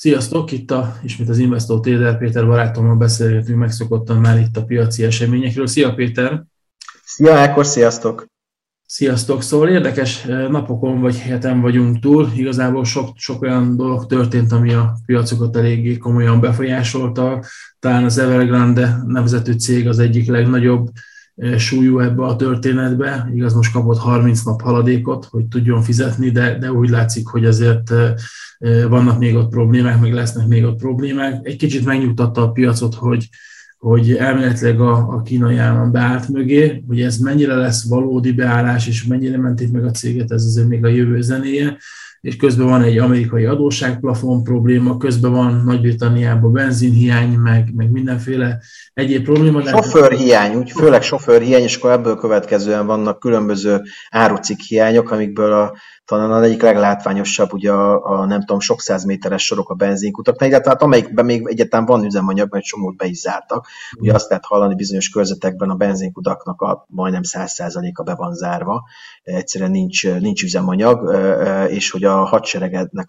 Sziasztok! Ismét az Investor Trader Péter barátommal beszélgetünk megszokottan már itt a piaci eseményekről. Szia Péter! Szia Ákos, sziasztok! Sziasztok! Szóval érdekes napokon vagy heten vagyunk túl. Igazából sok olyan dolog történt, ami a piacokat eléggé komolyan befolyásolta. Talán az Evergrande nevezetű cég az egyik legnagyobb súlyú ebbe a történetbe. Igaz, most kapott 30 nap haladékot, hogy tudjon fizetni, de úgy látszik, hogy azért vannak még ott problémák, meg lesznek még ott problémák. Egy kicsit megnyugtatta a piacot, hogy elméletileg a kínai állam beállt mögé, hogy ez mennyire lesz valódi beállás, és mennyire mentik meg a céget, ez azért még a jövő zenéje. És közben van egy amerikai adósságplafon probléma, közben van Nagy-Britanniában benzinhiány, meg mindenféle egyéb probléma. Sofőrhiány, főleg sofőrhiány, és akkor ebből következően vannak különböző árucikk hiányok, amikből talán az egyik leglátványosabb, ugye nem tudom, sok százméteres sorok a benzinkutaknál, illetve hát amelyikben még egyáltalán van üzemanyag, mert csomót be is zártak. Ugye azt lehet hallani bizonyos körzetekben a benzinkutaknak a majdnem 100%-a be van zárva, egyszerűen nincs üzemanyag, és hogy a hadseregednek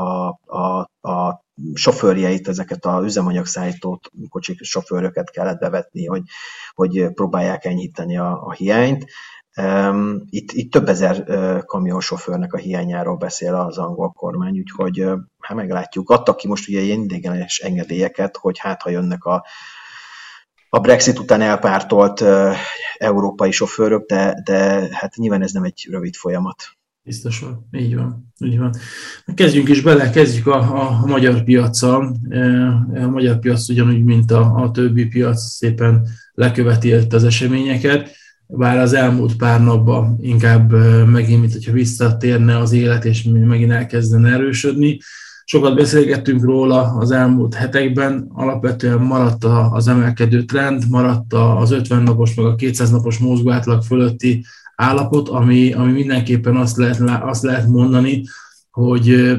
a sofőrjeit, ezeket az üzemanyagszállító kocsik sofőröket kellett bevetni, hogy próbálják enyhíteni a hiányt. Itt több ezer kamionsofőrnek a hiányáról beszél az angol kormány, úgyhogy hát meglátjuk. Adtak ki most ugye ilyen ideiglenes engedélyeket, hogy hát ha jönnek a Brexit után elpártolt európai sofőrök, de hát nyilván ez nem egy rövid folyamat. Biztosan, így van. Kezdjünk is bele, kezdjük a magyar piaccal. A magyar piac ugyanúgy, mint a többi piac szépen leköveti az eseményeket, bár az elmúlt pár napban inkább megint, mint hogyha visszatérne az élet, és megint elkezdene erősödni. Sokat beszélgettünk róla az elmúlt hetekben, alapvetően maradt az emelkedő trend, maradt az 50 napos, meg a 200 napos mozgóátlag fölötti állapot, ami mindenképpen azt lehet mondani, hogy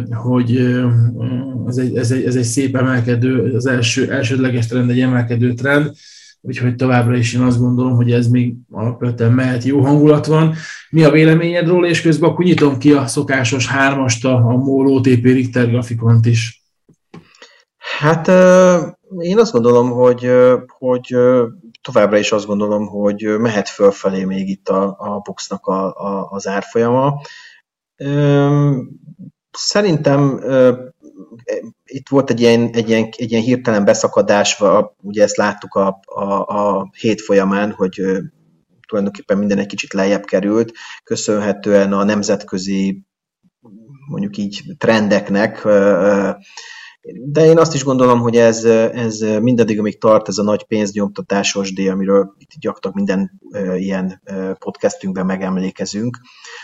ez egy szép emelkedő, az elsődleges trend egy emelkedő trend, úgyhogy továbbra is én azt gondolom, hogy ez még alapvetően mehet, jó hangulat van. Mi a véleményed róla, és közben akkor nyitom ki a szokásos hármast, a MOL OTP Richter grafikont is. Hát én azt gondolom, hogy továbbra is azt gondolom, hogy mehet fölfelé még itt a Buxnak az árfolyama. Szerintem itt volt egy ilyen hirtelen beszakadás, ugye ezt láttuk a hét folyamán, hogy tulajdonképpen minden egy kicsit lejjebb került, köszönhetően a nemzetközi, mondjuk így trendeknek, de én azt is gondolom, hogy ez mindaddig, amíg tart ez a nagy pénznyomtatásos díj, amiről itt gyakorlatilag minden ilyen podcastünkben megemlékezünk,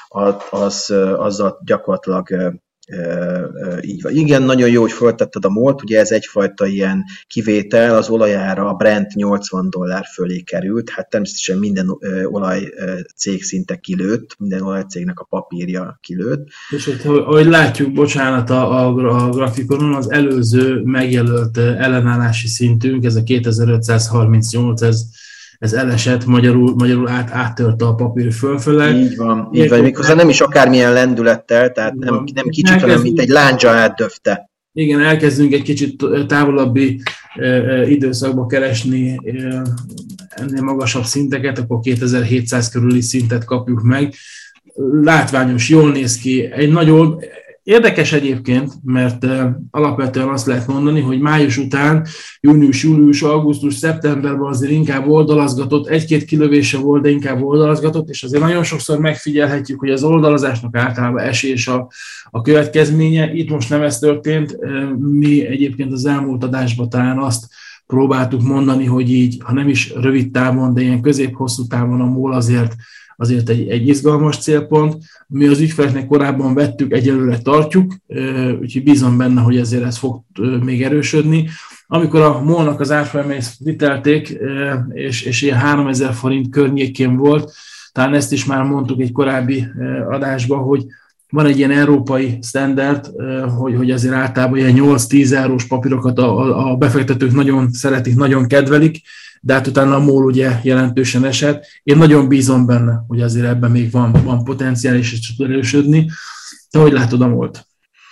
azzal gyakorlatilag így van. Igen, nagyon jó, hogy föltetted a MOL-t, ugye ez egyfajta ilyen kivétel, az olajára a Brent $80 fölé került, hát természetesen minden olajcég szinte kilőtt, minden olajcégnek a papírja kilőtt. És ahogy látjuk, bocsánat, a grafikonon az előző megjelölt ellenállási szintünk, ez a 2538, ez elesett, magyarul áttörte a papír fölfele. Így van, méghozzá nem is akármilyen lendülettel, tehát nem kicsit, hanem mint egy láncsa átdöfte. Igen, elkezdünk egy kicsit távolabbi időszakba keresni ennél magasabb szinteket, akkor 2700 körüli szintet kapjuk meg. Látványos, jól néz ki, egy nagyon érdekes egyébként, mert alapvetően azt lehet mondani, hogy május után, június, július, augusztus, szeptemberben azért inkább oldalazgatott, egy-két kilövése volt, de inkább oldalazgatott, és azért nagyon sokszor megfigyelhetjük, hogy az oldalazásnak általában esés a következménye. Itt most nem ez történt, mi egyébként az elmúlt adásban talán azt próbáltuk mondani, hogy így, ha nem is rövid távon, de ilyen közép-hosszú távon a MOL azért egy izgalmas célpont. Mi az ügyfeleknek korábban vettük, egyelőre tartjuk, úgyhogy bízom benne, hogy ezért ez fog még erősödni. Amikor a MOL-nak az árfolyamát vitelték, és ilyen 3000 forint környékén volt, talán ezt is már mondtuk egy korábbi adásban, hogy van egy ilyen európai standard, hogy azért általában ilyen 8-10 eurós papírokat a befektetők nagyon szeretik, nagyon kedvelik, de hát utána a MOL ugye jelentősen esett. Én nagyon bízom benne, hogy azért ebben még van potenciál, és tud erősödni. Te hogy látod a MOL-t?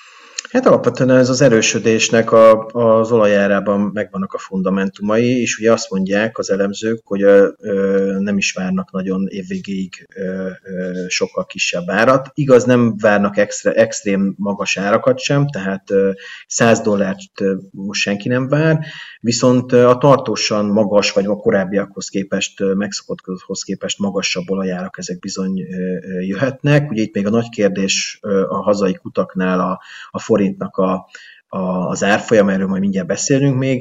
Hát alapvetően ez az erősödésnek az olajárában megvannak a fundamentumai, és ugye azt mondják az elemzők, hogy nem is várnak nagyon évvégéig sokkal kisebb árat. Igaz, nem várnak extrém magas árakat sem, tehát $100 most senki nem vár, viszont a tartósan magas, vagy a korábbiakhoz képest, megszokotthoz képest magasabb olajárak ezek bizony jöhetnek. Ugye itt még a nagy kérdés a hazai kutaknál a forintnak az árfolyam, erről majd mindjárt beszélünk még,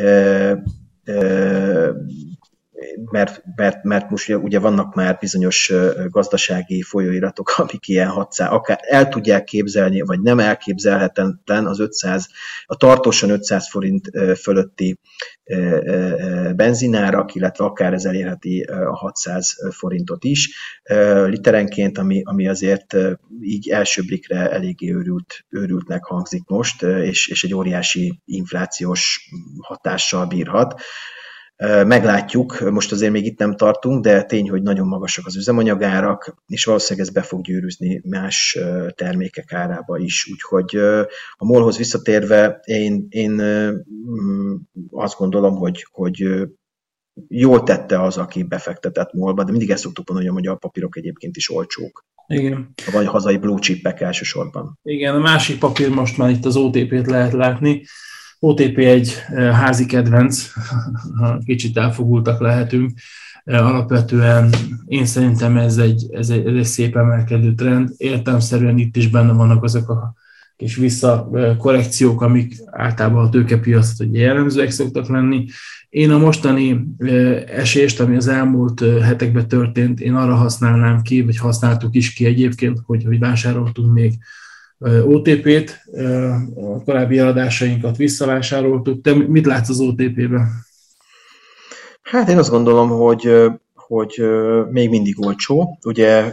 mert most ugye vannak már bizonyos gazdasági folyóiratok, amik ilyen 600, akár el tudják képzelni, vagy nem elképzelhetetlen a tartósan 500 forint fölötti benzinárak, illetve akár ez elérheti a 600 forintot is literenként, ami azért így első blikre eléggé őrültnek hangzik most, és egy óriási inflációs hatással bírhat. Meglátjuk, most azért még itt nem tartunk, de tény, hogy nagyon magasak az üzemanyagárak, és valószínűleg ez be fog gyűrűzni más termékek árába is. Úgyhogy a MOL-hoz visszatérve én azt gondolom, hogy jól tette az, aki befektetett MOL-ba, de mindig ezt szoktuk mondani, hogy a magyar papírok egyébként is olcsók. Igen. Vagy a hazai blue chipek elsősorban. Igen, a másik papír most már itt az OTP-t lehet látni. OTP egy házi kedvenc, kicsit elfogultak lehetünk. Alapvetően én szerintem ez egy szép emelkedő trend. Értelemszerűen itt is benne vannak azok a kis visszakorrekciók, amik általában a tőkepiacot ugye jellemzőek szoktak lenni. Én a mostani esést, ami az elmúlt hetekben történt, én arra használnám ki, vagy használtuk is ki egyébként, hogy vásároltunk még OTP-t, a korábbi eladásainkat visszavásároltuk. Te mit látsz az OTP-ben? Hát én azt gondolom, hogy még mindig olcsó. Ugye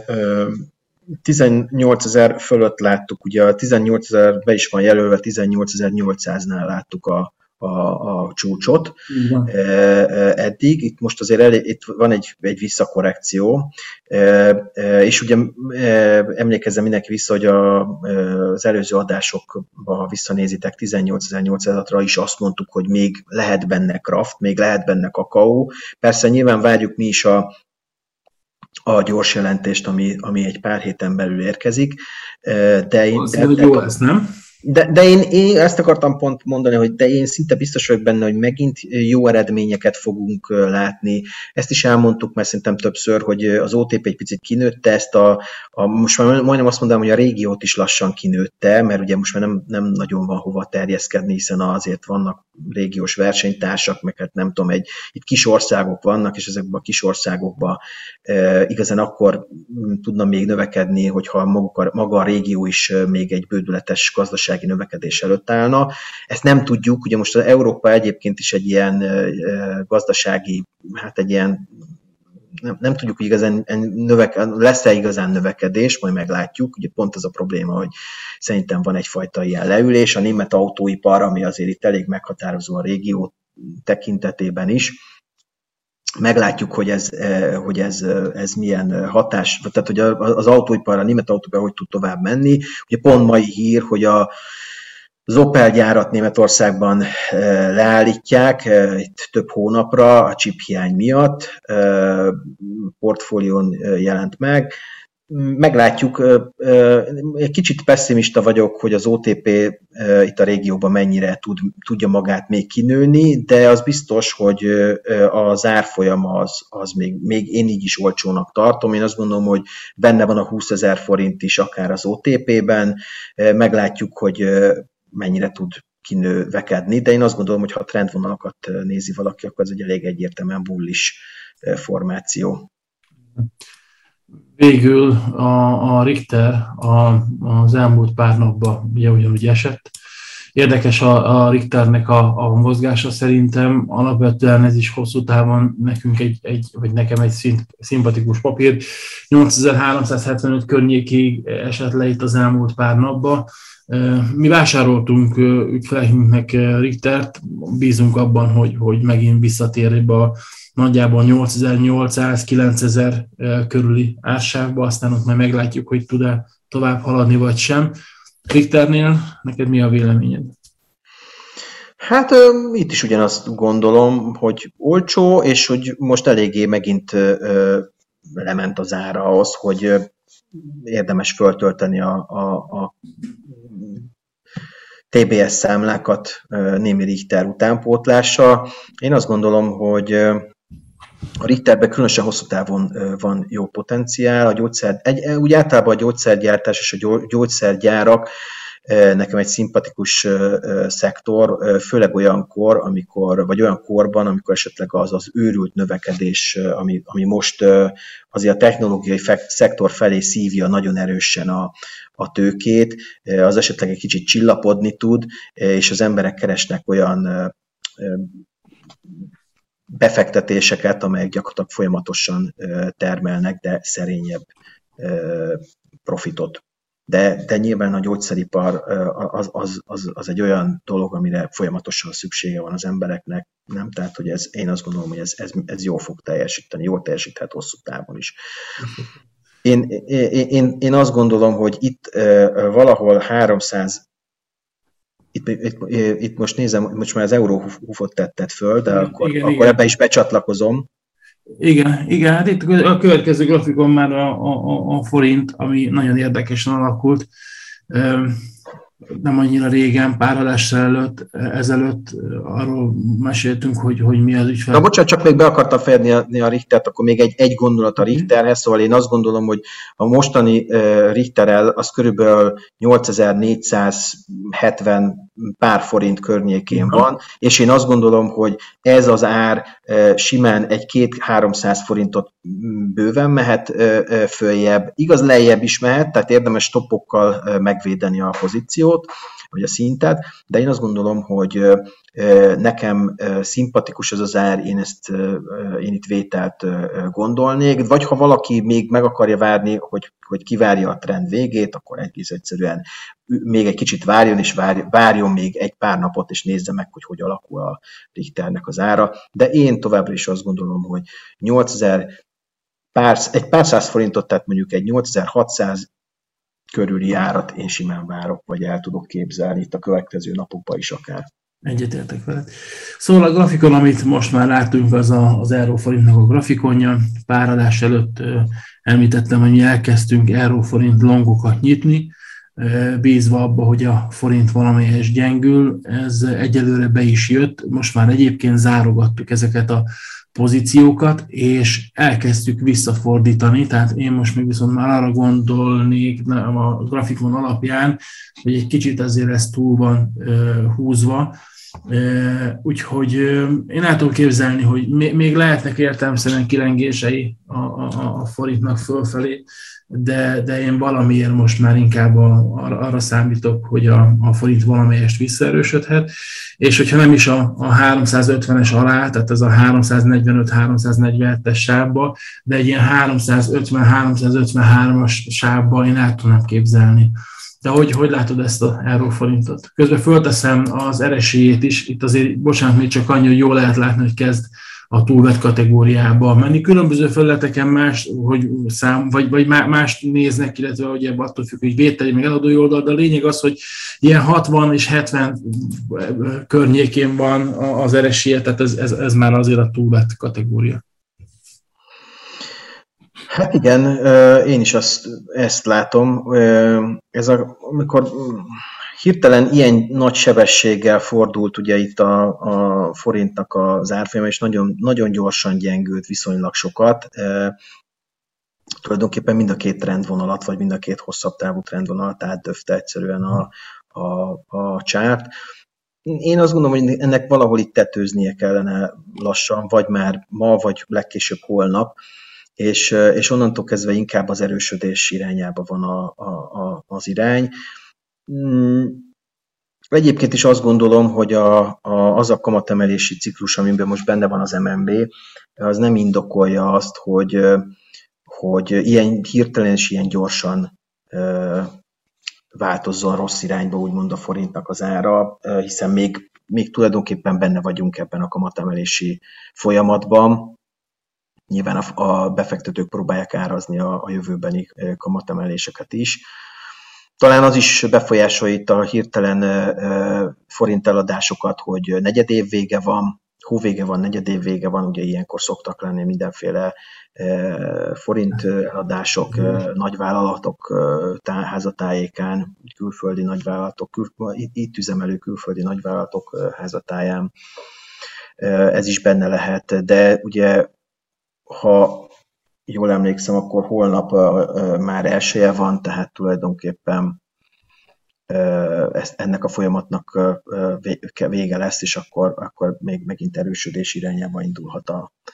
18.000 fölött láttuk, ugye a 18.000 be is van jelölve, 18.800-nál láttuk a csúcsot eddig. Itt most azért itt van egy visszakorrekció, és ugye emlékezzem mindenki vissza, hogy az előző adásokba, ha visszanézitek, 18.800-ra is azt mondtuk, hogy még lehet benne kraft, még lehet benne kakaó. Persze nyilván várjuk mi is a gyors jelentést, ami egy pár héten belül érkezik. De én... jó lesz, nem? De én ezt akartam pont mondani, hogy de én szinte biztos vagyok benne, hogy megint jó eredményeket fogunk látni. Ezt is elmondtuk már szerintem többször, hogy az OTP egy picit kinőtte ezt most már majdnem azt mondanám, hogy a régiót is lassan kinőtte, mert ugye most már nem nagyon van hova terjeszkedni, hiszen azért vannak régiós versenytársak, meg hát nem tudom, itt kis országok vannak, és ezekben a kis országokban igazán akkor tudna még növekedni, hogyha maga a régió is még egy bődületes gazdasági növekedés előtt állna. Ezt nem tudjuk, ugye most az Európa egyébként is egy ilyen gazdasági, hát egy ilyen, nem tudjuk, hogy igazán lesz-e igazán növekedés, majd meglátjuk. Ugye pont ez a probléma, hogy szerintem van egyfajta ilyen leülés. A német autóipar, ami azért itt elég meghatározó a régió tekintetében is. Meglátjuk, hogy ez milyen hatás, tehát hogy az autóipar, a német autóipar hogy tud tovább menni. Ugye pont mai hír, hogy az Opel gyárat Németországban leállítják itt több hónapra a chip hiány miatt, portfólión jelent meg. Meglátjuk, egy kicsit pesszimista vagyok, hogy az OTP itt a régióban mennyire tudja magát még kinőni, de az biztos, hogy az árfolyam az még én így is olcsónak tartom. Én azt gondolom, hogy benne van a 20.000 forint is akár az OTP-ben. Meglátjuk, hogy mennyire tud kinővekedni, de én azt gondolom, hogy ha a trendvonalakat nézi valaki, akkor ez egy elég egyértelműen bullish formáció. Végül a Richter az elmúlt pár napban ugye ugyanúgy esett. Érdekes a Richternek a mozgása szerintem, alapvetően ez is hosszú távon nekünk vagy nekem egy szimpatikus papír. 8375 környékig esett le itt az elmúlt pár napban. Mi vásároltunk ügyfeleinknek Richtert, bízunk abban, hogy megint visszatér ebbe a nagyjából 8800-9000 körüli ársávba, aztán ott majd meglátjuk, hogy tud-e tovább haladni vagy sem. Richternél neked mi a véleményed? Hát itt is ugyanazt gondolom, hogy olcsó, és hogy most eléggé megint lement az ára ahhoz, hogy érdemes föltölteni a TBS számlákat némi Richter utánpótlással. Én azt gondolom, hogy a Richterben különösen hosszú távon van jó potenciál. Úgy általában a gyógyszergyártás és a gyógyszergyárak nekem egy szimpatikus szektor, főleg olyankor, vagy olyan korban, amikor esetleg az őrült növekedés, ami most azért a technológiai szektor felé szívja nagyon erősen a tőkét, az esetleg egy kicsit csillapodni tud, és az emberek keresnek olyan befektetéseket, amelyek gyakorlatilag folyamatosan termelnek, de szerényebb profitot. De nyilván a gyógyszeripar az egy olyan dolog, amire folyamatosan szüksége van az embereknek, nem? Tehát, hogy én azt gondolom, hogy ez jól fog teljesíteni, jól teljesíthet hosszú távon is. Én azt gondolom, hogy itt valahol 300, itt most nézem, most már az Eurohufot tetted föl, de akkor ebbe is becsatlakozom. Igen, hát itt a következő grafikon már a forint, ami nagyon érdekesen alakult. Nem annyira régen, pár adással ezelőtt arról meséltünk, hogy mi az ügyfél. Na bocsánat, csak még be akartam fejezni a Richtert, akkor még egy gondolat a Richterhez, szóval én azt gondolom, hogy a mostani Richterrel az körülbelül 8470 pár forint környékén van, és én azt gondolom, hogy ez az ár simán egy 200-300 forintot bőven mehet följebb, igaz lejjebb is mehet, tehát érdemes stoppokkal megvédeni a pozíciót, vagy a szintet, de én azt gondolom, hogy nekem szimpatikus ez az ár, én itt vételt gondolnék, vagy ha valaki még meg akarja várni, hogy kivárja a trend végét, akkor egész egyszerűen még egy kicsit várjon, és várjon még egy pár napot, és nézze meg, hogy alakul a Richternek az ára. De én továbbra is azt gondolom, hogy 8000 egy pár száz forintot, tehát mondjuk egy 8600 körüli árat én simán várok, vagy el tudok képzelni itt a következő napokban is akár. Egyetértek veled. Szóval a grafikon, amit most már látunk, az euróforintnak a grafikonja. Pár adás előtt említettem, hogy mi elkezdtünk euróforint longokat nyitni, bízva abba, hogy a forint valamelyes gyengül. Ez egyelőre be is jött. Most már egyébként zárogattuk ezeket a pozíciókat, és elkezdtük visszafordítani, tehát én most még viszont már arra gondolnék a grafikon alapján, hogy egy kicsit azért ez túl van húzva, úgyhogy én el tudom képzelni, hogy még lehetnek értelemszerűen kilengései a forintnak fölfelé, de én valamiért most már inkább arra számítok, hogy a forint valamelyest visszaerősödhet, és hogyha nem is a 350-es alá, tehát ez a 345-347-es sávba, de egy ilyen 350-353-as sávba én el tudnám képzelni. De hogy látod ezt az euróforintot? Közben fölteszem az RSI-jét is, itt azért, bocsánat, még csak annyi, hogy jól lehet látni, hogy kezd a túlvett kategóriába menni. Különböző felületeken más, vagy mást néznek, illetve ugye attól függ, hogy vételi, meg eladói oldal, de a lényeg az, hogy ilyen 60 és 70 környékén van az RSI-je, tehát ez már azért a túlvett kategória. Hát igen, én is ezt látom. Amikor hirtelen ilyen nagy sebességgel fordult ugye itt a forintnak az árfolyama, és nagyon, nagyon gyorsan gyengült viszonylag sokat. Tulajdonképpen mind a két trendvonalat, vagy mind a két hosszabb távú trendvonalat átdöfte egyszerűen a csárt. Én azt gondolom, hogy ennek valahol itt tetőznie kellene lassan, vagy már ma, vagy legkésőbb holnap, és onnantól kezdve inkább az erősödés irányába van az irány. Egyébként is azt gondolom, hogy az a kamatemelési ciklus, amiben most benne van az MNB, az nem indokolja azt, hogy ilyen hirtelen és ilyen gyorsan változzon rossz irányba, úgymond a forintnak az ára, hiszen még tulajdonképpen benne vagyunk ebben a kamatemelési folyamatban. Nyilván a befektetők próbálják árazni a jövőbeni kamatemeléseket is. Talán az is befolyásolja itt a hirtelen forint eladásokat, hogy negyedév vége van, hóvége van, negyedév vége van, ugye ilyenkor szoktak lenni mindenféle forint eladások, nagyvállalatok házatájékán, külföldi nagyvállalatok, itt üzemelő külföldi nagyvállalatok házatáján. Ez is benne lehet, de ugye, ha jól emlékszem, akkor holnap már elsője van, tehát tulajdonképpen ennek a folyamatnak vége lesz, és akkor még megint erősödés irányába indulhat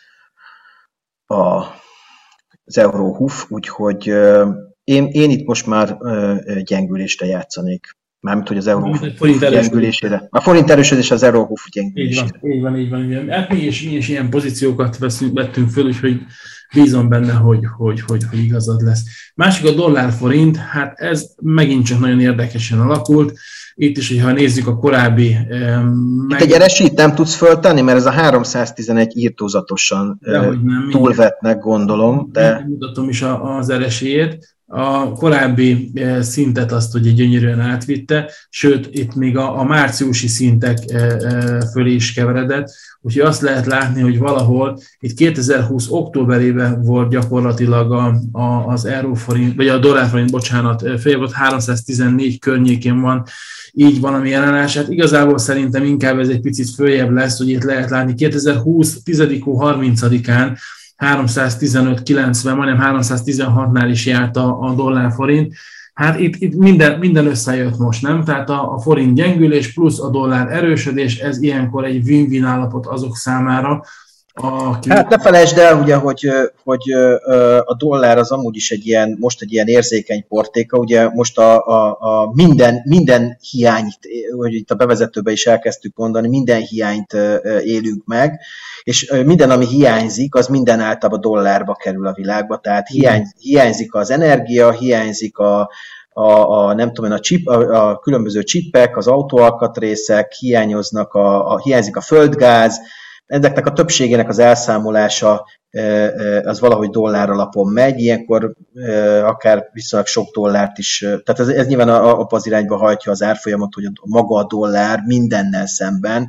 az euró-HUF, úgyhogy én itt most már gyengülésre játszanék. Mármint, hogy az euró-HUF gyengülésére. A forint erősödés az euró-HUF gyengülésére. Így van. Hát mi is ilyen pozíciókat vettünk föl, úgyhogy bízom benne, hogy igazad lesz. Másik a dollár-forint, hát ez megint csak nagyon érdekesen alakult. Itt is, hogyha nézzük a korábbi... Itt egy eresít nem tudsz föltenni, mert ez a 311 írtózatosan túlvetnek, gondolom. De mutatom is az eresélyét. A korábbi szintet azt ugye gyönyörűen átvitte, sőt, itt még a márciusi szintek fölé is keveredett, úgyhogy azt lehet látni, hogy valahol itt 2020 októberében volt gyakorlatilag az euróforint, vagy a dollárforint, bocsánat, fél 314 környékén van, így valami ellenállás. Hát igazából szerintem inkább ez egy picit följebb lesz, hogy itt lehet látni 2020 10. 30-án 315,90, majdnem 316-nál is járt a dollár-forint. Hát itt minden összejött most, nem? Tehát a forint gyengülés plusz a dollár erősödés, ez ilyenkor egy win-win állapot azok számára. Hát ne felejtsd el, ugye, hogy a dollár az amúgy is most egy ilyen érzékeny portéka, ugye most a minden hiányt, hogy itt a bevezetőben is elkezdtük mondani, minden hiányt élünk meg, és minden, ami hiányzik, az minden általában dollárba kerül a világba, tehát hiányzik az energia, hiányzik nem tudom én, a különböző csippek, az autóalkatrészek, hiányzik a földgáz, ezeknek a többségének az elszámolása az valahogy dollár alapon megy, ilyenkor akár viszonylag sok dollárt is, tehát ez nyilván abba az irányba hajtja az árfolyamot, hogy maga a dollár mindennel szemben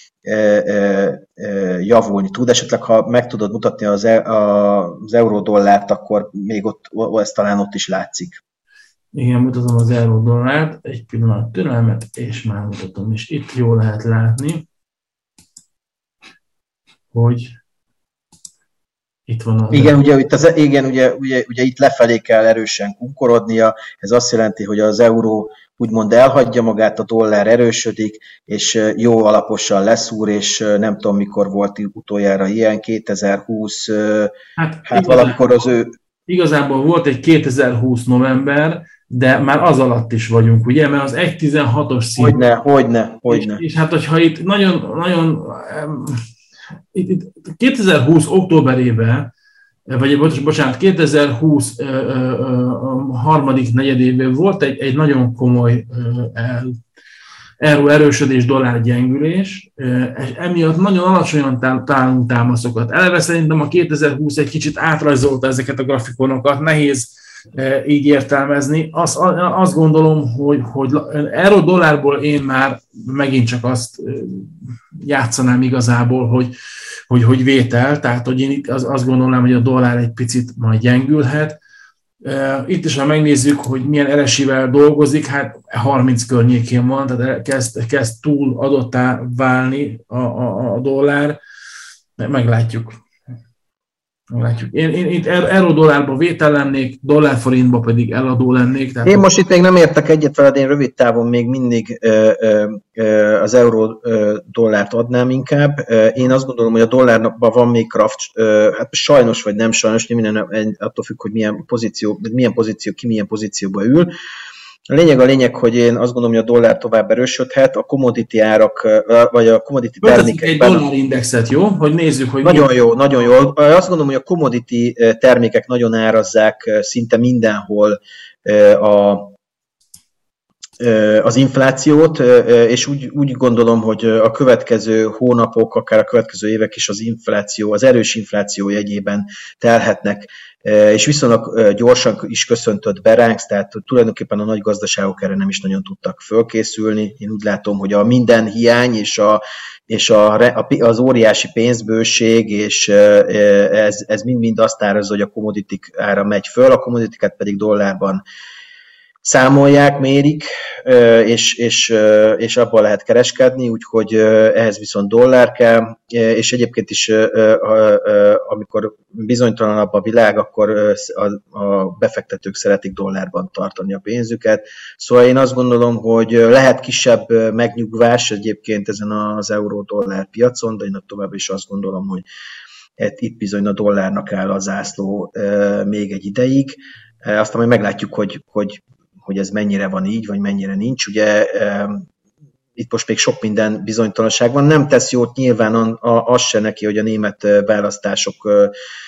javulni tud. Esetleg, ha meg tudod mutatni az euró-dollárt, akkor még ez talán ott is látszik. Igen, mutatom az euró-dollárt, egy pillanat türelmet, és már mutatom is. Itt jól lehet látni, hogy itt van az... Igen, ugye itt lefelé kell erősen kunkorodnia, ez azt jelenti, hogy az euró úgymond elhagyja magát, a dollár erősödik, és jó alaposan leszúr, és nem tudom, mikor volt utoljára ilyen, 2020, hát valamikor az ő... Igazából volt egy 2020 november, de már az alatt is vagyunk, ugye, mert az 1.16-os szint... Hogyne. És hát, hogyha itt nagyon 2020 októberében, vagy bocsánat, 2020 harmadik negyedében volt egy nagyon komoly euró erősödés, dollár gyengülés, és emiatt nagyon alacsonyan találunk támaszokat. Eleve szerintem a 2020 egy kicsit átrajzolta ezeket a grafikonokat, nehéz így értelmezni. Azt gondolom, hogy euró-dollárból én már megint csak azt játszanám igazából, hogy vétel, tehát hogy én azt gondolnám, hogy a dollár egy picit majd gyengülhet. Itt is, ha megnézzük, hogy milyen eresével dolgozik, hát 30 környékén van, tehát kezd túl adottá válni a dollár, meglátjuk. Én itt euró-dollárba vétel lennék, dollár-forintba pedig eladó lennék. Tehát én most itt még nem értek egyet veled, én rövid távon még mindig az euró-dollárt adnám inkább. Én azt gondolom, hogy a dollárban van még kraft, hát sajnos vagy nem sajnos, minden attól függ, hogy milyen pozícióba ül. A lényeg, hogy én azt gondolom, hogy a dollár tovább erősödhet, a commodity árak, vagy a commodity termékekben... egy dollárindexet, jó? Hogy nézzük, hogy... Nagyon jó. Azt gondolom, hogy a commodity termékek nagyon árazzák szinte mindenhol az inflációt, és úgy gondolom, hogy a következő hónapok, akár a következő évek is az erős infláció jegyében telhetnek és viszonylag gyorsan is köszöntött be ránk, tehát tulajdonképpen a nagy gazdaságok erre nem is nagyon tudtak fölkészülni. Én úgy látom, hogy a minden hiány és az óriási pénzbőség, és ez mind-mind azt árazza, hogy a commoditik ára megy föl, a commoditiket pedig dollárban számolják, mérik, és abban lehet kereskedni, úgyhogy ehhez viszont dollár kell, és egyébként is, amikor bizonytalanabb a világ, akkor a befektetők szeretik dollárban tartani a pénzüket. Szóval én azt gondolom, hogy lehet kisebb megnyugvás egyébként ezen az euró-dollár piacon, de én tovább is azt gondolom, hogy itt bizony a dollárnak áll a zászló még egy ideig. Aztán majd meglátjuk, hogy ez mennyire van így, vagy mennyire nincs. Ugye itt most még sok minden bizonytalanság van. Nem tesz jót nyilván az se neki, hogy a német választásokon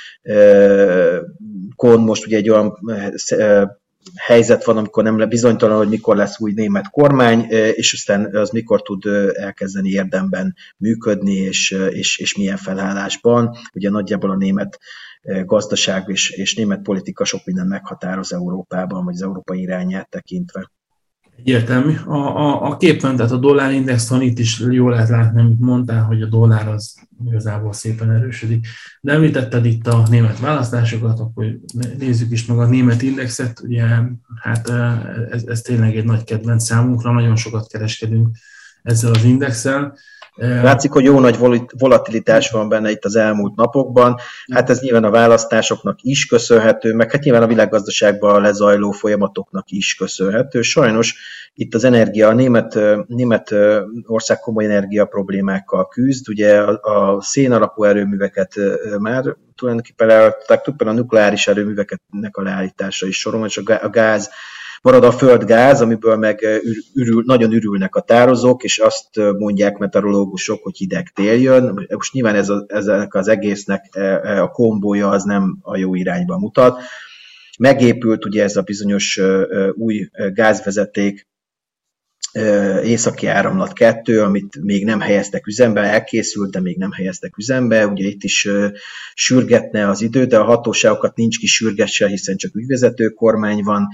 most ugye egy olyan helyzet van, amikor nem bizonytalan, hogy mikor lesz új német kormány, és aztán az mikor tud elkezdeni érdemben működni, és milyen felállásban. Ugye nagyjából a német gazdaság és német politika sok minden meghatároz Európában, vagy az európai irányát tekintve. Egyértelmű. A képen, tehát a dollárindexon itt is jól lehet látni, amit mondtál, hogy a dollár az igazából szépen erősödik. De említetted itt a német választásokat, akkor nézzük is meg a német indexet. Ugye, hát ez tényleg egy nagy kedvenc számunkra, nagyon sokat kereskedünk ezzel az indexel. Látszik, hogy jó nagy volatilitás van benne itt az elmúlt napokban. Hát ez nyilván a választásoknak is köszönhető, meg hát nyilván a világgazdaságban lezajló folyamatoknak is köszönhető. Sajnos itt az energia, a német ország komoly energia problémákkal küzd. Ugye a szén alapú erőműveket már tulajdonképpen a nukleáris erőműveknek a leállítása is sorol, és a gáz, marad a földgáz, amiből meg nagyon ürülnek a tározók, és azt mondják meteorológusok, hogy hideg tél jön. Most nyilván ennek az egésznek a kombója az nem a jó irányba mutat. Megépült ugye ez a bizonyos új gázvezeték, Északi Áramlat 2, amit még nem helyeztek üzembe, elkészült, de még nem helyeztek üzembe. Ugye itt is sürgetne az idő, de a hatóságokat nincs kisürgesse, hiszen csak ügyvezető kormány van,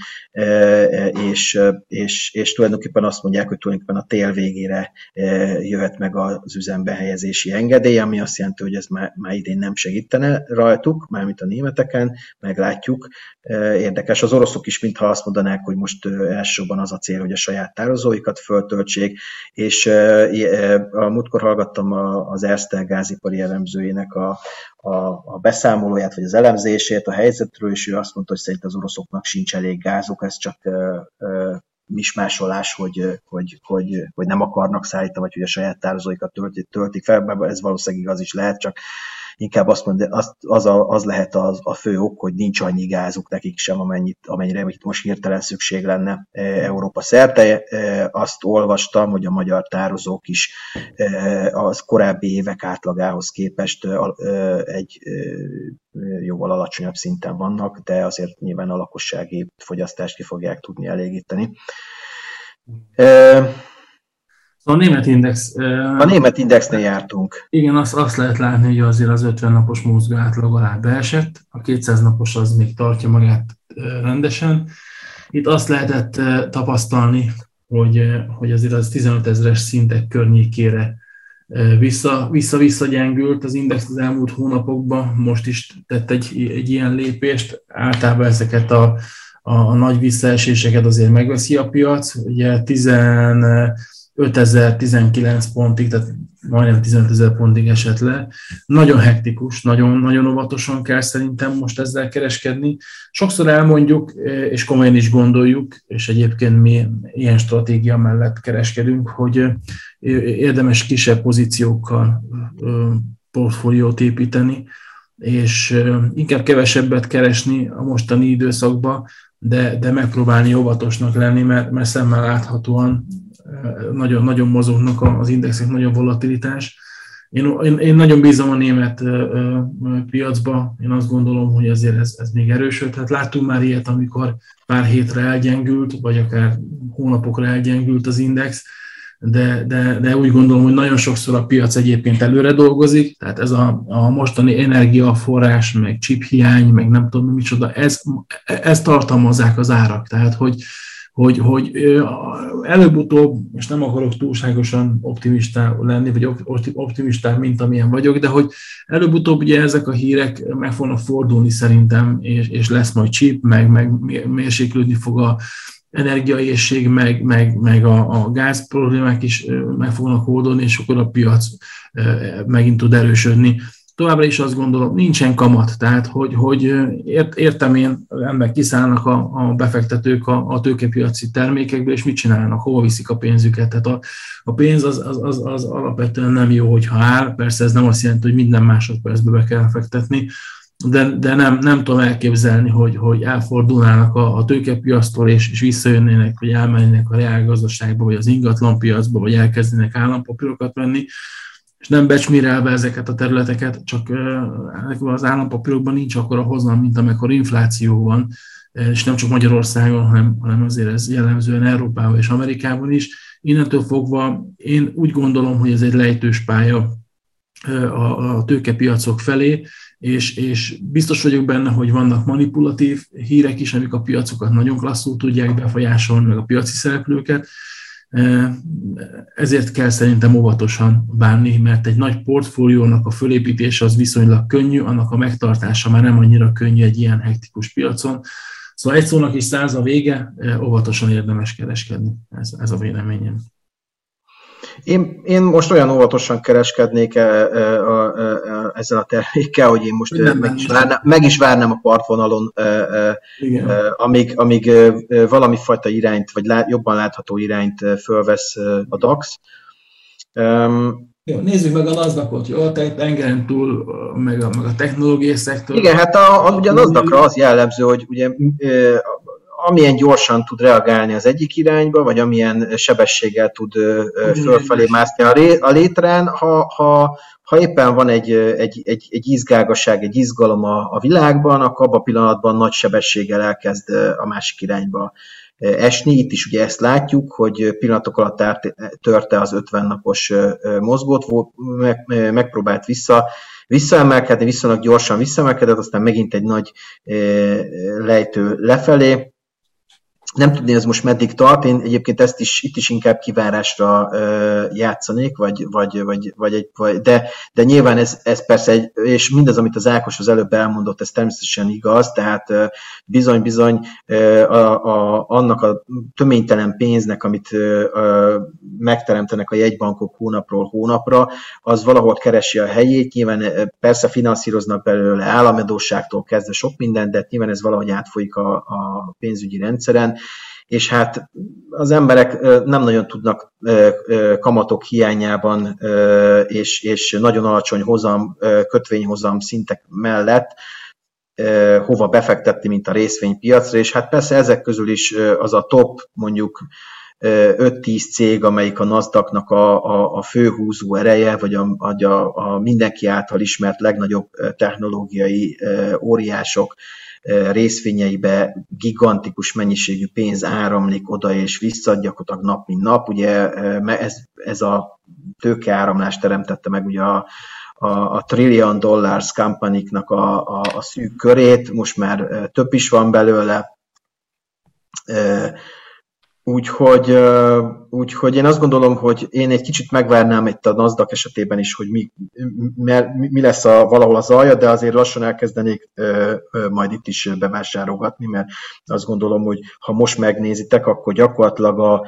és tulajdonképpen azt mondják, hogy tulajdonképpen a tél végére jöhet meg az üzembe helyezési engedély, ami azt jelenti, hogy ez már idén nem segítene rajtuk, mármint a németeken, meglátjuk. Érdekes, az oroszok is mintha azt mondanák, hogy most elsősorban az a cél, hogy a saját tározóikat föltöltsék, és a múltkor hallgattam az Erste gázipari elemzőjének a beszámolóját, vagy az elemzését a helyzetről, és ő azt mondta, hogy szerint az oroszoknak sincs elég gázuk, ez csak mismásolás, hogy nem akarnak szállítani, vagy hogy a saját tározóikat töltik fel, ez valószínűleg igaz is lehet, csak inkább azt mondja, az lehet a fő ok, hogy nincs annyi gázuk nekik sem, amennyire itt most hirtelen szükség lenne Európa szerte. Azt olvastam, hogy a magyar tározók is az korábbi évek átlagához képest egy jóval alacsonyabb szinten vannak, de azért nyilván a lakossági fogyasztást ki fogják tudni elégíteni. A német index... A német indexnél jártunk. Igen, azt lehet látni, hogy azért az 50 napos mozgó átlag alá beesett, a 200 napos az még tartja magát rendesen. Itt azt lehetett tapasztalni, hogy azért az 15 000-es szintek környékére visszagyengült az index az elmúlt hónapokban, most is tett egy ilyen lépést. Általában ezeket a nagy visszaeséseket azért megveszi a piac. Ugye 15.019 pontig, tehát majdnem 15.000 pontig esett le. Nagyon hektikus, nagyon óvatosan kell szerintem most ezzel kereskedni. Sokszor elmondjuk, és komolyan is gondoljuk, és egyébként mi ilyen stratégia mellett kereskedünk, hogy érdemes kisebb pozíciókkal portfóliót építeni, és inkább kevesebbet keresni a mostani időszakban, de megpróbálni óvatosnak lenni, mert szemmel láthatóan nagyon mozognak az indexek, nagyon volatilitás. Én nagyon bízom a német piacba, én azt gondolom, hogy azért ez még erősödhet. Láttunk már ilyet, amikor pár hétre elgyengült, vagy akár hónapokra elgyengült az index, de úgy gondolom, hogy nagyon sokszor a piac egyébként előre dolgozik, tehát ez a mostani energiaforrás, meg chip hiány, meg nem tudom micsoda, ez tartalmazzák az árak, tehát hogy előbb-utóbb, és nem akarok túlságosan optimista lenni, vagy optimistább, mint amilyen vagyok, de hogy előbb-utóbb ugye ezek a hírek meg fognak fordulni szerintem, és lesz majd chip, meg mérséklődni fog a energiaéhség, meg a gáz problémák is meg fognak oldani, és akkor a piac megint tud erősödni. Továbbra is azt gondolom, nincsen kamat, tehát hogy értem én, ennek kiszállnak a befektetők a tőkepiaci termékekből, és mit csinálnak, hova viszik a pénzüket. Tehát a pénz az alapvetően nem jó, hogyha áll, persze ez nem azt jelenti, hogy minden másodpercbe be kell fektetni, de nem tudom elképzelni, hogy elfordulnának a tőkepiasztól, és visszajönnének, vagy elmennének a reálgazdaságba, vagy az ingatlanpiacba, vagy elkezdenek állampapírokat venni, és nem becsmérelve ezeket a területeket, csak az állampapírokban nincs akkora hozam, mint amikor infláció van, és nem csak Magyarországon, hanem azért ez jellemzően Európában és Amerikában is. Innentől fogva én úgy gondolom, hogy ez egy lejtős pálya a tőkepiacok felé, és biztos vagyok benne, hogy vannak manipulatív hírek is, amik a piacokat nagyon klasszul tudják befolyásolni, meg a piaci szereplőket. Ezért kell szerintem óvatosan bánni, mert egy nagy portfóliónak a fölépítése az viszonylag könnyű, annak a megtartása már nem annyira könnyű egy ilyen hektikus piacon. Szóval egy szónak is 100 a vége, óvatosan érdemes kereskedni. Ez a véleményem. Én most olyan óvatosan kereskednék ezzel a termékkel, hogy én most meg is várnám a partvonalon, amíg valami fajta irányt, vagy jobban látható irányt fölvesz a DAX. Jó, nézzük meg a NASDAQ-ot, jó? Tehát tengeren túl, meg a technológiai szektor. Igen, hát ugye a NASDAQ-ra az jellemző, hogy ugye amilyen gyorsan tud reagálni az egyik irányba, vagy amilyen sebességgel tud fölfelé mászni a létrán, ha éppen van egy izgágaság, egy izgalom a világban, akkor abban a pillanatban nagy sebességgel elkezd a másik irányba esni. Itt is ugye ezt látjuk, hogy pillanatok alatt törte az 50 napos mozgót, megpróbált visszaemelkedni, viszonylag gyorsan visszaemelkedett, aztán megint egy nagy lejtő lefelé. Nem tudni, ez most meddig tart, én egyébként itt is inkább kivárásra játszanék, de nyilván ez persze, és mindaz, amit az Ákos az előbb elmondott, ez természetesen igaz, tehát bizony annak a töménytelen pénznek, amit megteremtenek a jegybankok hónapról hónapra, az valahol keresi a helyét, nyilván persze finanszíroznak belőle államadósságtól kezdve sok mindent, de nyilván ez valahogy átfolyik a pénzügyi rendszeren, és hát az emberek nem nagyon tudnak kamatok hiányában és nagyon alacsony kötvényhozam szintek mellett hova befektetni, mint a részvénypiacra, és hát persze ezek közül is az a top mondjuk 5-10 cég, amelyik a NASDAQ-nak a főhúzó ereje, vagy a mindenki által ismert legnagyobb technológiai óriások részvényeibe gigantikus mennyiségű pénz áramlik oda és vissza, gyakorlatilag nap mint nap. Ugye ez a tőkeáramlás teremtette meg ugye a trillion dollars company-knak a szűk körét, most már több is van belőle. Úgyhogy én azt gondolom, hogy én egy kicsit megvárnám itt a NASDAQ esetében is, hogy mi lesz valahol az alja, de azért lassan elkezdenék majd itt is bevásárolgatni, mert azt gondolom, hogy ha most megnézitek, akkor gyakorlatilag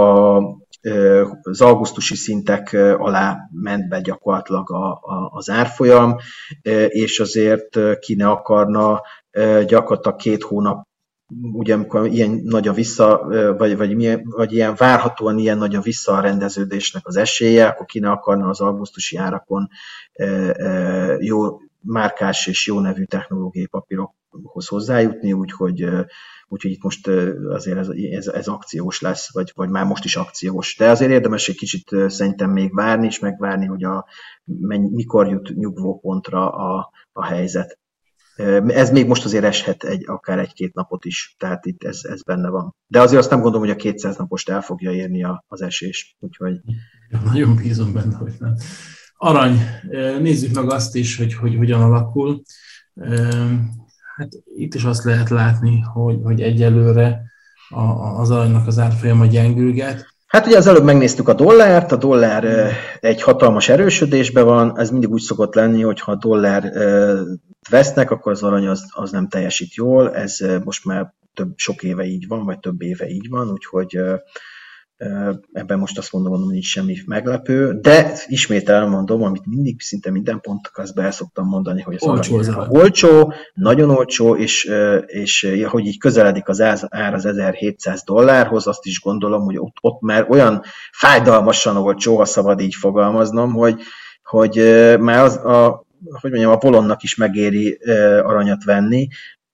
az augusztusi szintek alá ment be gyakorlatilag az árfolyam, és azért ki ne akarna gyakorlatilag 2 hónap, ugye amikor ilyen nagy a vagy ilyen várhatóan ilyen nagy a visszarendeződésnek az esélye, akkor ki ne akarna az augusztusi árakon jó márkás és jó nevű technológiai papírokhoz hozzájutni, úgyhogy itt most azért ez akciós lesz, vagy már most is akciós. De azért érdemes egy kicsit szerintem még várni, és megvárni, hogy mikor jut nyugvópontra a helyzet. Ez még most azért eshet akár egy-két napot is, tehát itt ez benne van. De azért azt nem gondolom, hogy a 200 napost el fogja érni az esés. Úgyhogy... Nagyon bízom benne, hogy nem. Arany, nézzük meg azt is, hogy hogyan alakul. Hát itt is azt lehet látni, hogy egyelőre az aranynak az árfolyama gyengülget. Hát ugye az előbb megnéztük a dollárt, a dollár egy hatalmas erősödésben van, ez mindig úgy szokott lenni, hogy ha a dollár vesznek, akkor az arany az nem teljesít jól, ez most már sok éve így van, vagy több éve így van, úgyhogy ebben most azt mondom, hogy nincs semmi meglepő, de ismét elmondom, amit mindig szinte minden podcastban el szoktam mondani, hogy az olcsó, nagyon olcsó, és hogy így közeledik az ár az $1700, azt is gondolom, hogy ott már olyan fájdalmasan olcsó, ha szabad így fogalmaznom, hogy már a polonnak is megéri aranyat venni,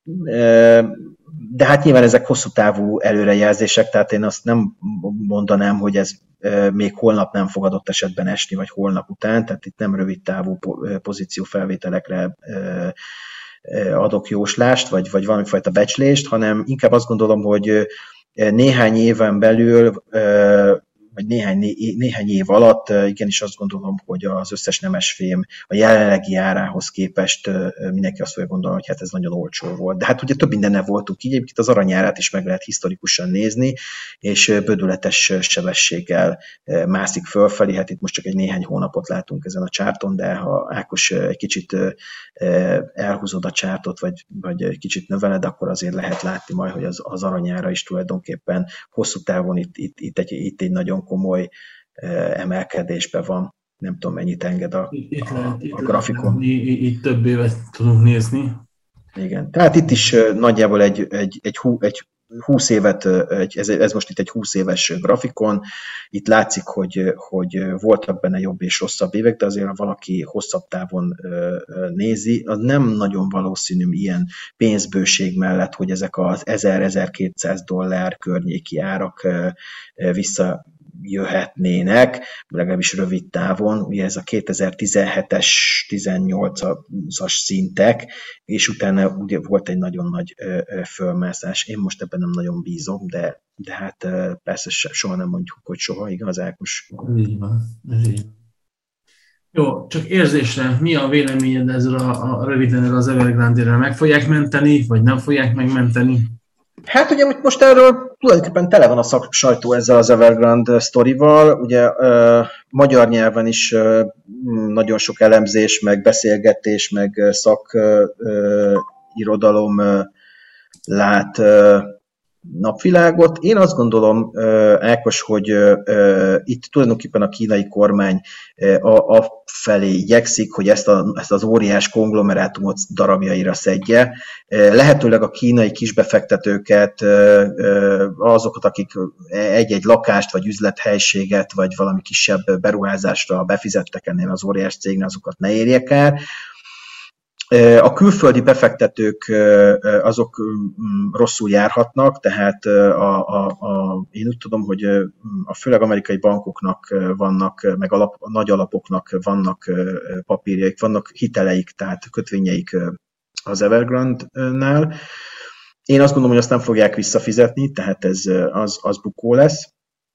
de hát nyilván ezek hosszú távú előrejelzések, tehát én azt nem mondanám, hogy ez még holnap nem fog adott esetben esni, vagy holnap után, tehát itt nem rövid távú pozíciófelvételekre adok jóslást, vagy valamifajta becslést, hanem inkább azt gondolom, hogy néhány éven belül, vagy néhány év alatt igenis azt gondolom, hogy az összes nemesfém a jelenlegi árához képest mindenki azt fogja gondolni, hogy hát ez nagyon olcsó volt. De hát ugye több mindennel voltunk így, egyébként az aranyárát is meg lehet historikusan nézni, és bődületes sebességgel mászik fölfelé, hát itt most csak egy néhány hónapot látunk ezen a csárton, de ha Ákos egy kicsit elhúzod a csártot, vagy egy kicsit növeled, akkor azért lehet látni majd, hogy az aranyára is tulajdonképpen hosszú távon itt egy nagyon komoly emelkedésben van. Nem tudom, mennyit enged a grafikon. Itt több évet tudunk nézni. Igen, tehát itt is nagyjából egy 20 évet, ez most itt egy 20 éves grafikon, itt látszik, hogy voltak benne jobb és rosszabb évek, de azért ha valaki hosszabb távon nézi, az nem nagyon valószínű ilyen pénzbőség mellett, hogy ezek az $1000-1200 környéki árak visszajöhetnének, legalábbis rövid távon, ugye ez a 2017-es, 18-as szintek, és utána ugye volt egy nagyon nagy fölmászás. Én most ebben nem nagyon bízom, de hát persze soha nem mondjuk, hogy soha, igaz, Ákos? Így van. Jó, csak érzésre, mi a véleményed ezzel röviden az Evergrande-ről? Meg fogják menteni, vagy nem fogják megmenteni? Hát ugye most erről tulajdonképpen tele van a sajtó ezzel az Evergrande sztorival, ugye magyar nyelven is nagyon sok elemzés, meg beszélgetés, meg szakirodalom lát napvilágot. Én azt gondolom, Ákos, hogy itt tulajdonképpen a kínai kormány felé igyekszik, hogy ezt az óriás konglomerátumot darabjaira szedje. Lehetőleg a kínai kisbefektetőket, azokat, akik egy-egy lakást, vagy üzlethelységet, vagy valami kisebb beruházásra befizettek ennél az óriás cégnél, azokat ne érjek el. A külföldi befektetők azok rosszul járhatnak, tehát én úgy tudom, hogy főleg amerikai bankoknak vannak, meg nagy alapoknak vannak papírjaik, vannak hiteleik, tehát kötvényeik az Evergrande-nál. Én azt gondolom, hogy azt nem fogják visszafizetni, tehát az bukó lesz,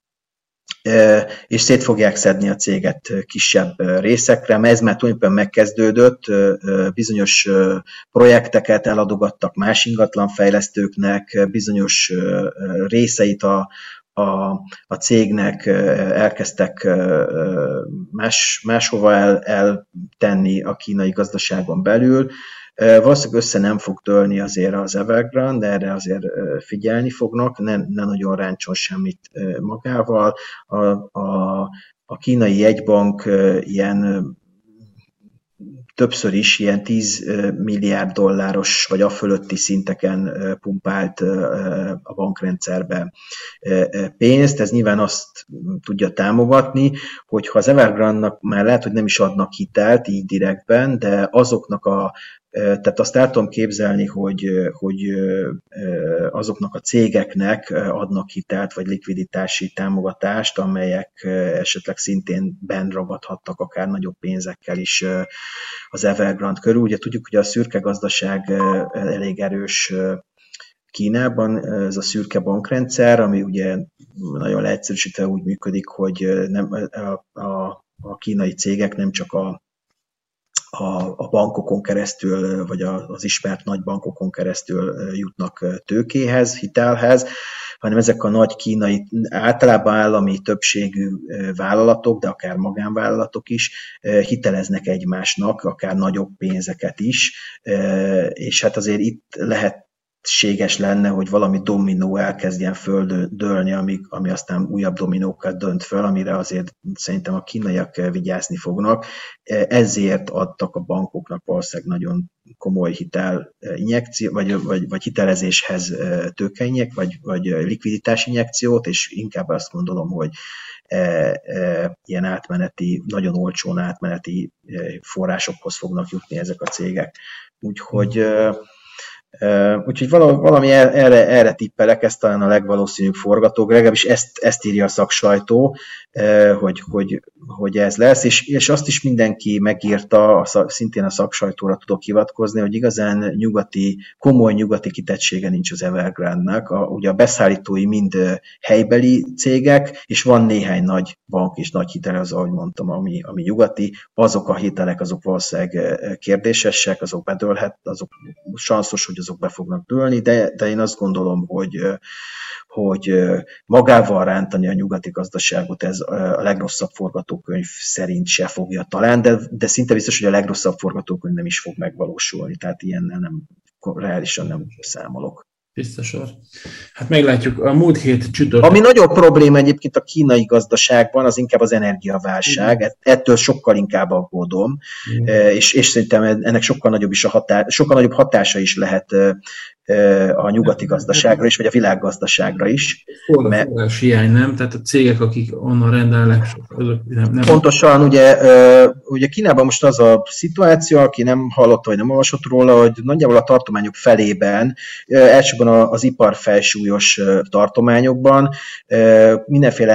és szét fogják szedni a céget kisebb részekre, mert ez már tulajdonképpen megkezdődött, bizonyos projekteket eladogattak más ingatlanfejlesztőknek, bizonyos részeit a cégnek elkezdtek máshova eltenni a kínai gazdaságon belül. Valószínűleg össze nem fog dőlni azért az Evergrande, de erre azért figyelni fognak, ne nagyon ráncson semmit magával. A kínai jegybank ilyen többször is ilyen 10 milliárd dolláros vagy a fölötti szinteken pumpált a bankrendszerbe pénzt. Ez nyilván azt tudja támogatni, hogyha az Evergrande-nak már lehet, hogy nem is adnak hitelt így direktben, de azoknak tehát azt el tudom képzelni, hogy azoknak a cégeknek adnak hitelt vagy likviditási támogatást, amelyek esetleg szintén benn ragadhattak akár nagyobb pénzekkel is az Evergrande körül. Ugye tudjuk, hogy a szürke gazdaság elég erős Kínában, ez a szürke bankrendszer, ami ugye nagyon leegyszerűsítve úgy működik, hogy a kínai cégek nem csak a bankokon keresztül, vagy az ismert nagy bankokon keresztül jutnak tőkéhez, hitelhez, hanem ezek a nagy kínai, általában állami többségű vállalatok, de akár magánvállalatok is hiteleznek egymásnak, akár nagyobb pénzeket is, és hát azért itt lehetséges lenne, hogy valami dominó elkezdjen földölni, ami aztán újabb dominókat dönt föl, amire azért szerintem a kínaiak vigyázni fognak. Ezért adtak a bankoknak valószínűleg nagyon komoly hitelinjekció, vagy hitelezéshez tőkeinjek, vagy likviditásinjekciót, és inkább azt gondolom, hogy ilyen átmeneti, nagyon olcsón átmeneti forrásokhoz fognak jutni ezek a cégek. Úgyhogy valami erre tippelek, ez talán a legvalószínűbb forgatók, legalábbis ezt írja a szaksajtó, hogy ez lesz, és azt is mindenki megírta, szintén a szaksajtóra tudok hivatkozni, hogy igazán komoly nyugati kitettsége nincs az Evergrande-nek. Ugye a beszállítói mind helybeli cégek, és van néhány nagy bank és nagy hitelező, ahogy mondtam, ami nyugati, azok a hitelek, azok valószínűleg kérdésesek, azok bedőlhet, azok sanszos, hogy azok be fognak dőlni, de én azt gondolom, hogy magával rántani a nyugati gazdaságot, ez a legrosszabb forgatókönyv szerint se fogja talán, de szinte biztos, hogy a legrosszabb forgatókönyv nem is fog megvalósulni, tehát ilyennel reálisan nem számolok. Biztosan. Hát meglátjuk, a múlt hét csütörtök. Ami nagyobb probléma egyébként a kínai gazdaságban, az inkább az energiaválság. Ettől sokkal inkább aggódom, és szerintem ennek sokkal nagyobb hatása is lehet a nyugati gazdaságra is, vagy a világgazdaságra is. Forrás hiány, nem? Tehát a cégek, akik onnan rendelnek, azok nem. Pontosan, ugye Kínában most az a szituáció, aki nem hallott, vagy nem olvasott róla, hogy nagyjából a tartományok felében, elsősorban az iparfelsúlyos tartományokban mindenféle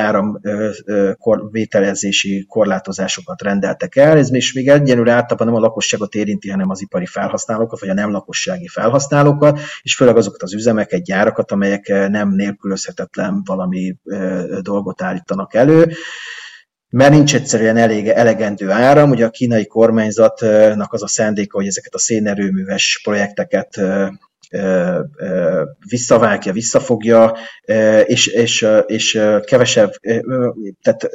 áramvételezési korlátozásokat rendeltek el. Ez még egyenlőre általában nem a lakosságot érinti, hanem az ipari felhasználókat, vagy a nem lakossági felhasználókat, és főleg azokat az üzemeket, gyárakat, amelyek nem nélkülözhetetlen valami dolgot állítanak elő, mert nincs egyszerűen elegendő áram. Ugye a kínai kormányzatnak az a szándéka, hogy ezeket a szénerőműves projekteket visszavágja, visszafogja, és kevesebb, tehát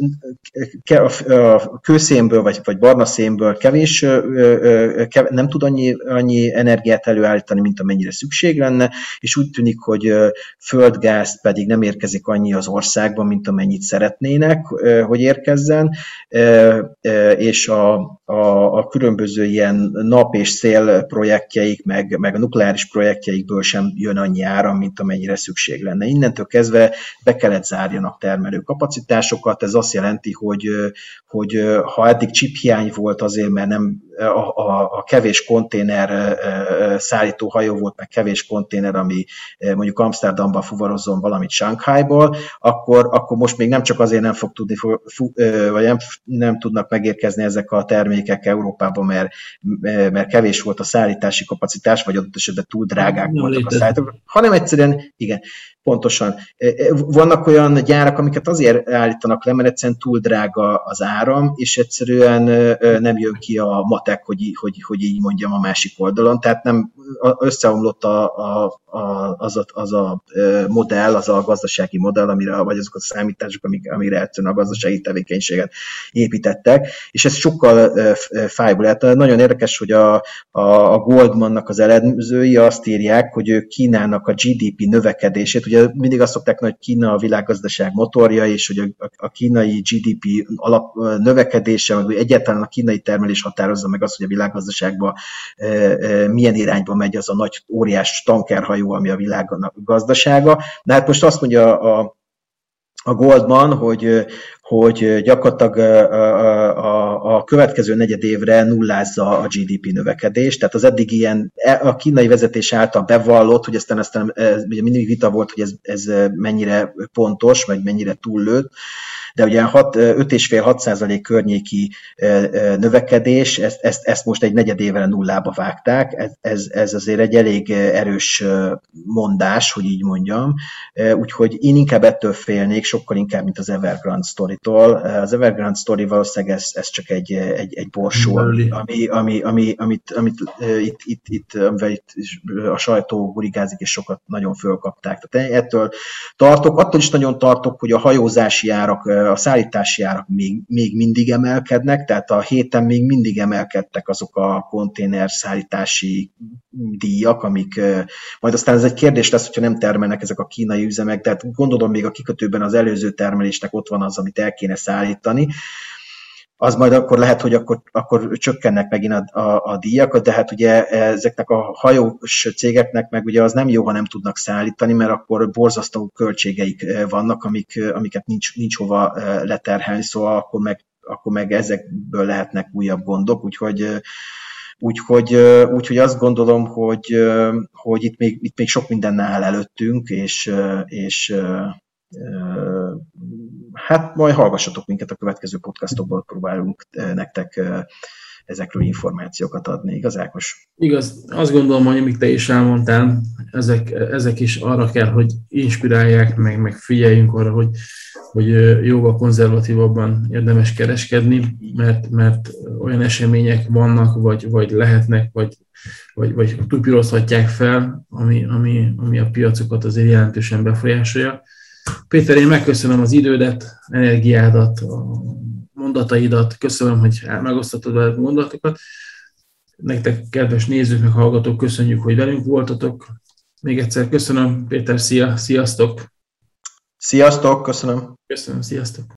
a kőszénből vagy barna szénből kevés, nem tud annyi energiát előállítani, mint amennyire szükség lenne, és úgy tűnik, hogy földgáz pedig nem érkezik annyi az országban, mint amennyit szeretnének, hogy érkezzen, és a különböző ilyen nap- és szél projektjeik, meg a nukleáris projektjeikből sem jön annyi áram, mint amennyire szükség lenne. Innentől kezdve be kellett zárjanak termelő kapacitásokat, ez azt jelenti, hogy ha eddig chiphiány volt azért, mert nem a kevés konténer szállító hajó volt, meg kevés konténer, ami mondjuk Amsterdamban fuvarozom valamit Shanghaiból, akkor most még nem csak azért nem fog tudni, vagy nem tudnak megérkezni ezek a termékek Európában, mert kevés volt a szállítási kapacitás, vagy adott esetben túl drágák voltak a szállítók, hanem egyszerűen, igen, pontosan. Vannak olyan gyárak, amiket azért állítanak le, mert egyszerűen túl drága az áram, és egyszerűen nem jön ki a matek, hogy így mondjam, a másik oldalon. Tehát nem összeomlott az a modell, az a gazdasági modell, vagy azok a számítások, amire egyszerűen a gazdasági tevékenységet építettek, és ez sokkal fájból. Hát nagyon érdekes, hogy a Goldmannak az elemzői azt írják, hogy ők Kínának a GDP növekedését, ugye mindig azt szokták, hogy Kína a világgazdaság motorja, és hogy a kínai GDP növekedése, vagy egyáltalán a kínai termelés határozza meg azt, hogy a világgazdaságban milyen irányba megy az a nagy óriás tankerhajó, ami a világ gazdasága. De hát most azt mondja a Goldman, hogy hogy gyakorlatilag a következő negyedévre nullázza a GDP növekedést, tehát az eddig ilyen, a kínai vezetés által bevallott, hogy aztán ugye mindig vita volt, hogy ez mennyire pontos, vagy mennyire túllőtt, de ugye 5,5-6% környéki növekedés, ezt most egy negyedévre nullába vágták, ez azért egy elég erős mondás, hogy így mondjam, úgyhogy én inkább ettől félnék, sokkal inkább, mint az Evergrande Story-tól. Az Evergrande Story valószínűleg ez csak egy borsó, amivel itt a sajtó gurigázik, és sokat nagyon fölkapták. Tehát ettől tartok, attól is nagyon tartok, hogy a hajózási árak, a szállítási árak még mindig emelkednek, tehát a héten még mindig emelkedtek azok a konténer szállítási díjak, amik majd aztán ez egy kérdés lesz, hogyha nem termelnek ezek a kínai üzemek, tehát gondolom még a kikötőben az előző termelésnek ott van az, amit el kéne szállítani, az majd akkor lehet, hogy akkor csökkennek megint a díjakat, de hát ugye ezeknek a hajós cégeknek meg ugye az nem jó, ha nem tudnak szállítani, mert akkor borzasztó költségeik vannak, amiket nincs hova leterhelni, szóval akkor meg ezekből lehetnek újabb gondok, úgyhogy azt gondolom, hogy itt még sok minden áll előttünk, és hát majd hallgassatok minket a következő podcastokból, próbálunk nektek ezekről információkat adni. Igaz, Ákos? Igaz. Azt gondolom, hogy amit te is elmondtál, ezek is arra kell, hogy inspirálják, meg figyeljünk arra, hogy jóval konzervatívabban érdemes kereskedni, mert olyan események vannak, vagy lehetnek, vagy tupírozhatják fel, ami a piacokat azért jelentősen befolyásolja. Péter, én megköszönöm az idődet, energiádat, a mondataidat, köszönöm, hogy megosztottad a gondolatokat. Nektek, kedves nézők, meg hallgatók, köszönjük, hogy velünk voltatok. Még egyszer köszönöm, Péter, sziasztok! Sziasztok, köszönöm! Köszönöm, sziasztok!